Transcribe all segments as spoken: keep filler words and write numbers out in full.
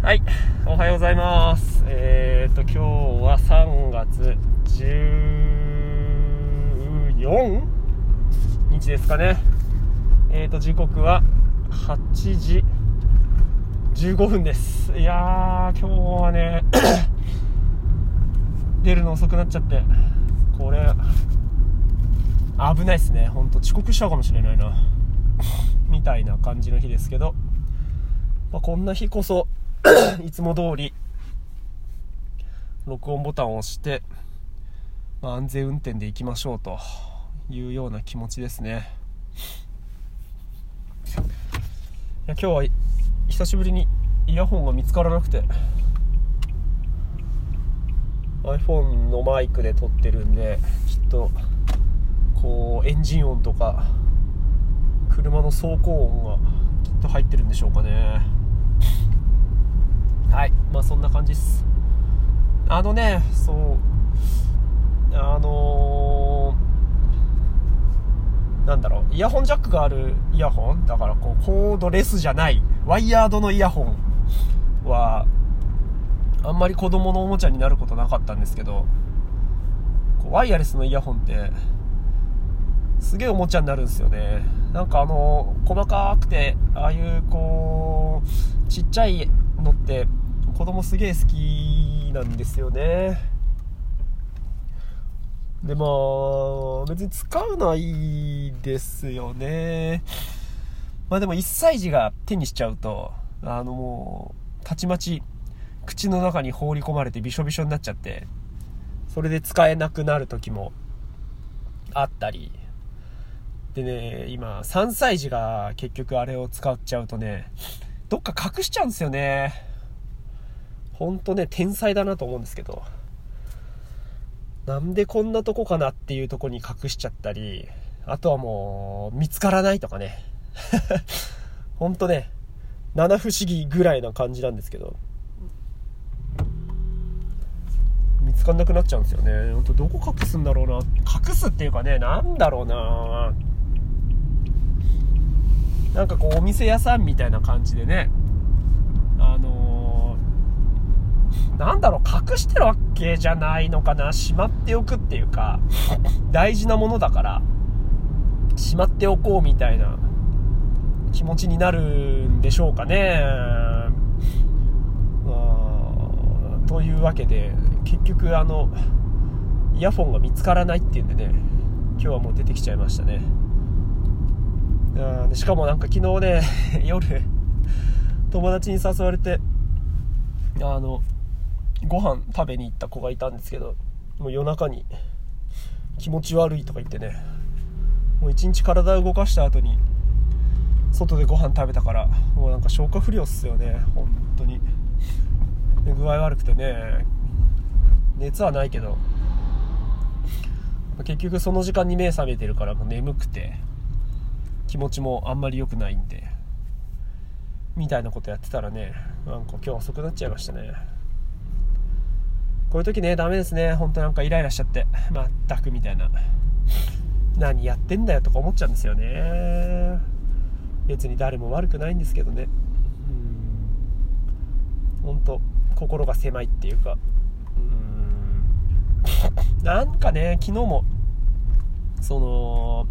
はい、おはようございます。えーと今日はさんがつじゅうよっかですかね。えーと時刻ははちじじゅうごふんです。いやー今日はね出るの遅くなっちゃって、これ危ないっすね。ほんと遅刻しちゃうかもしれないなみたいな感じの日ですけど、まあ、こんな日こそいつも通り録音ボタンを押して、まあ、安全運転で行きましょうというような気持ちですね。いや今日は久しぶりにイヤホンが見つからなくて iPhone のマイクで撮ってるんで、きっとこうエンジン音とか車の走行音がきっと入ってるんでしょうかね。はい、まあそんな感じです。あのね、そうあのー、なんだろう、イヤホンジャックがあるイヤホンだから、こうコードレスじゃないワイヤードのイヤホンはあんまり子供のおもちゃになることなかったんですけど、こうワイヤレスのイヤホンってすげえおもちゃになるんですよね。なんかあの細かくて、ああいうこうちっちゃいのって子供すげえ好きなんですよね。でまあ別に使うのはいいですよね。まあでもいっさい児が手にしちゃうと、あのもうたちまち口の中に放り込まれてびしょびしょになっちゃって、それで使えなくなる時もあったりでね、今さんさい児が結局あれを使っちゃうとね、どっか隠しちゃうんですよね。ほんとね、天才だなと思うんですけど、なんでこんなとこかなっていうとこに隠しちゃったり、あとはもう見つからないとかねほんとね、七不思議ぐらいな感じなんですけど、見つかんなくなっちゃうんですよね。ほんとどこ隠すんだろうな、隠すっていうかね、なんだろうな、なんかこうお店屋さんみたいな感じでね、あのー、なんだろう、隠してるわけじゃないのかな、しまっておくっていうか、大事なものだからしまっておこうみたいな気持ちになるんでしょうかね。というわけで結局あのイヤフォンが見つからないっていうんでね、今日はもう出てきちゃいましたね。あでしかもなんか昨日ね夜友達に誘われてあのご飯食べに行った子がいたんですけど、もう夜中に気持ち悪いとか言ってね、もう一日体を動かした後に外でご飯食べたから、もうなんか消化不良っすよね、本当に。具合悪くてね、熱はないけど結局その時間に目覚めてるからもう眠くて気持ちもあんまり良くないんで、みたいなことやってたらね、なんか今日遅くなっちゃいましたね。こういう時ね、ダメですね。本当なんかイライラしちゃって、まったくみたいな、何やってんだよとか思っちゃうんですよね。別に誰も悪くないんですけどね。うん、本当心が狭いっていうか、うーんなんかね、昨日もその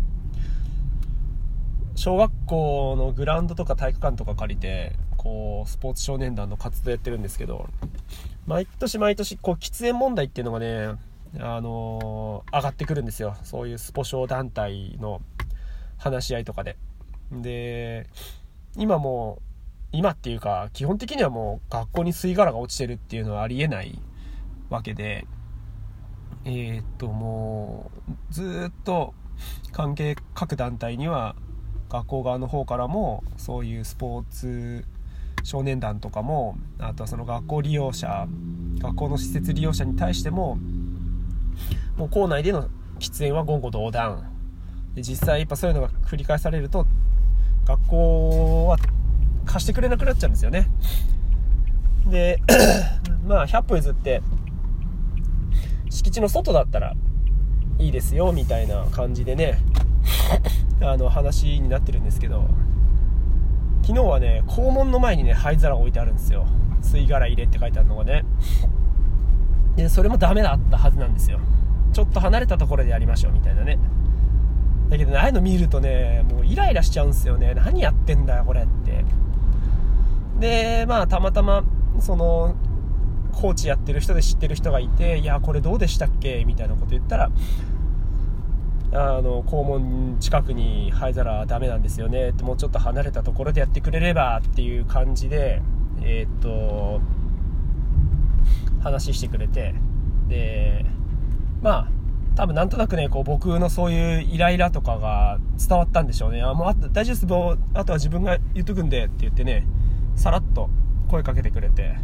小学校のグラウンドとか体育館とか借りてこうスポーツ少年団の活動やってるんですけど、毎年毎年こう喫煙問題っていうのがね、あのー、上がってくるんですよ。そういうスポ少団体の話し合いとかで。で今もう今っていうか基本的にはもう学校に吸い殻が落ちてるっていうのはありえないわけで、えー、っともうずっと関係各団体には学校側の方からもそういうスポーツ少年団とかも、あとはその学校利用者、学校の施設利用者に対してももう校内での喫煙は言語道断で、実際やっぱそういうのが繰り返されると学校は貸してくれなくなっちゃうんですよね。でまあひゃっぽ譲って敷地の外だったらいいですよみたいな感じでねあの話になってるんですけど、 昨日はね校門の前にね灰皿が置いてあるんですよ。吸い殻入れって書いてあるのがね。でそれもダメだったはずなんですよ。ちょっと離れたところでやりましょうみたいなね。だけどね、ああいうの見るとねもうイライラしちゃうんですよね。何やってんだよこれって。でまあたまたまそのコーチやってる人で知ってる人がいて、いやこれどうでしたっけみたいなこと言ったら、あの校門近くに灰皿ダメなんですよねって、もうちょっと離れたところでやってくれればっていう感じでえー、っと話してくれて、でまあ多分なんとなくねこう僕のそういうイライラとかが伝わったんでしょうね。あもうあ大丈夫です、もうあとは自分が言っとくんでって言ってね、さらっと声かけてくれて、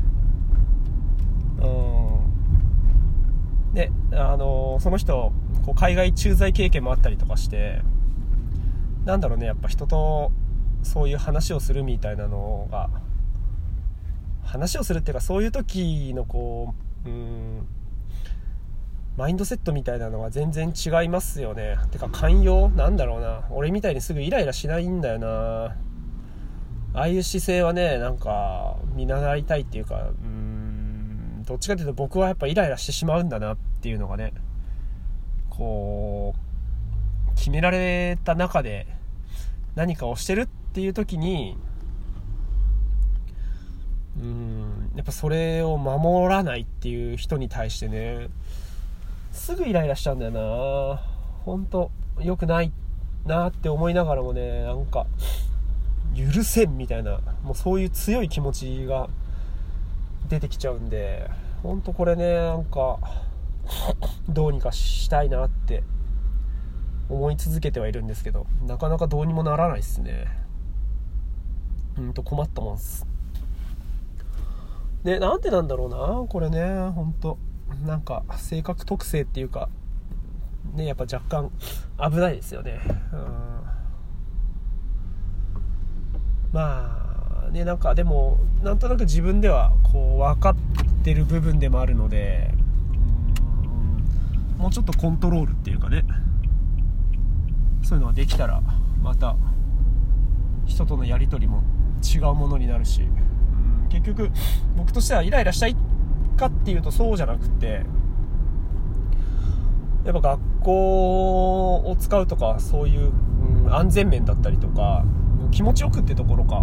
うんであのその人こう海外駐在経験もあったりとかして、なんだろうね、やっぱ人とそういう話をするみたいなのが、話をするっていうかそういう時のこう、うーんマインドセットみたいなのが全然違いますよね。てか寛容なんだろうな、俺みたいにすぐイライラしないんだよな。ああいう姿勢はねなんか見習いたいっていうか、うーんどっちかというと僕はやっぱイライラしてしまうんだなっていうのがね、こう決められた中で何かをしてるっていう時に、うーんやっぱそれを守らないっていう人に対してねすぐイライラしちゃうんだよな。本当良くないなって思いながらもね、なんか許せんみたいな、もうそういう強い気持ちが出てきちゃうんで、本当これねなんかどうにかしたいなって思い続けてはいるんですけど、なかなかどうにもならないっすね。うんと困ったもんっす。でなんでなんだろうなこれね、本当なんか性格特性っていうかね、やっぱ若干危ないですよね。うんまあね、なんかでもなんとなく自分ではこう分かってる部分でもあるので、うんもうちょっとコントロールっていうかね、そういうのができたらまた人とのやり取りも違うものになるし、うん結局僕としてはイライラしたいかっていうとそうじゃなくて、やっぱ学校を使うとかそういう、うん、安全面だったりとか気持ちよくってところか、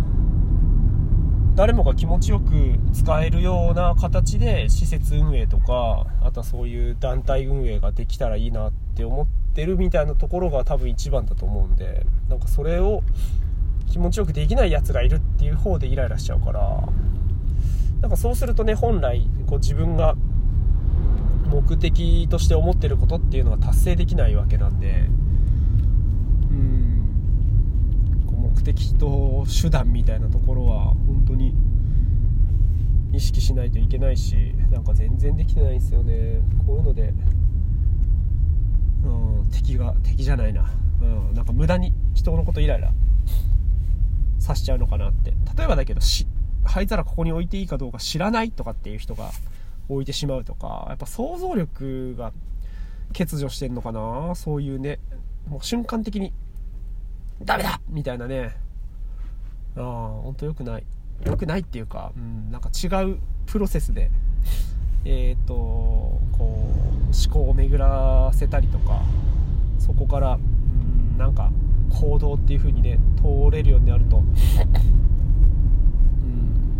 誰もが気持ちよく使えるような形で施設運営とか、あとはそういう団体運営ができたらいいなって思ってるみたいなところが多分一番だと思うんで、なんかそれを気持ちよくできないやつがいるっていう方でイライラしちゃうから、なんかそうするとね本来こう自分が目的として思ってることっていうのが達成できないわけなんで、うーんこう目的と手段みたいなところは本当に意識しないといけないし、なんか全然できてないんですよね。こういうので、うん、敵が敵じゃないな、うん、なんか無駄に人のことイライラさせちゃうのかなって。例えばだけどし灰皿ここに置いていいかどうか知らないとかっていう人が置いてしまうとか、やっぱ想像力が欠如してんのかな。そういうねもう瞬間的にダメだみたいなね、ああ本当良くない良くないっていうか、うん、なんか違うプロセスでえっとこう思考を巡らせたりとか、そこからうんなんか行動っていう風にね通れるようになると、うん、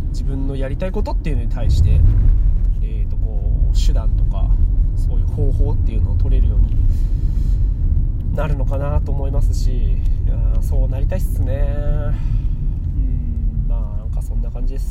自分のやりたいことっていうのに対して、えーとこう手段とかそういう方法っていうのを取れるようになるのかなと思いますし、あそうなりたいっすね。うんまあなんかそんな感じです。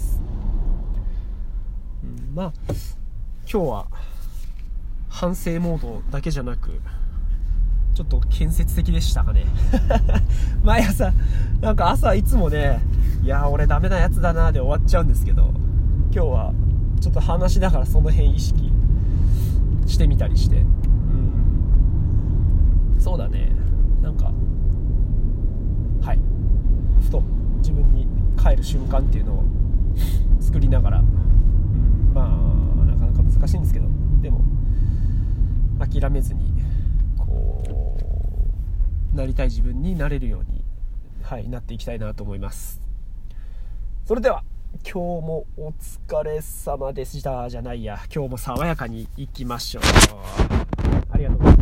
うんまあ今日は反省モードだけじゃなくちょっと建設的でしたかね毎朝なんか朝いつもねいや俺ダメなやつだなで終わっちゃうんですけど、今日はちょっと話しながらその辺意識してみたりして、うんそうだね、なんかはいふと自分に帰る瞬間っていうのを作りながら、うん、まあなかなか難しいんですけど、でも諦めずにこうなりたい自分になれるように、はい、なっていきたいなと思います。 それでは今日もお疲れ様でしたじゃないや、今日も爽やかにいきましょう。ありがとうございます。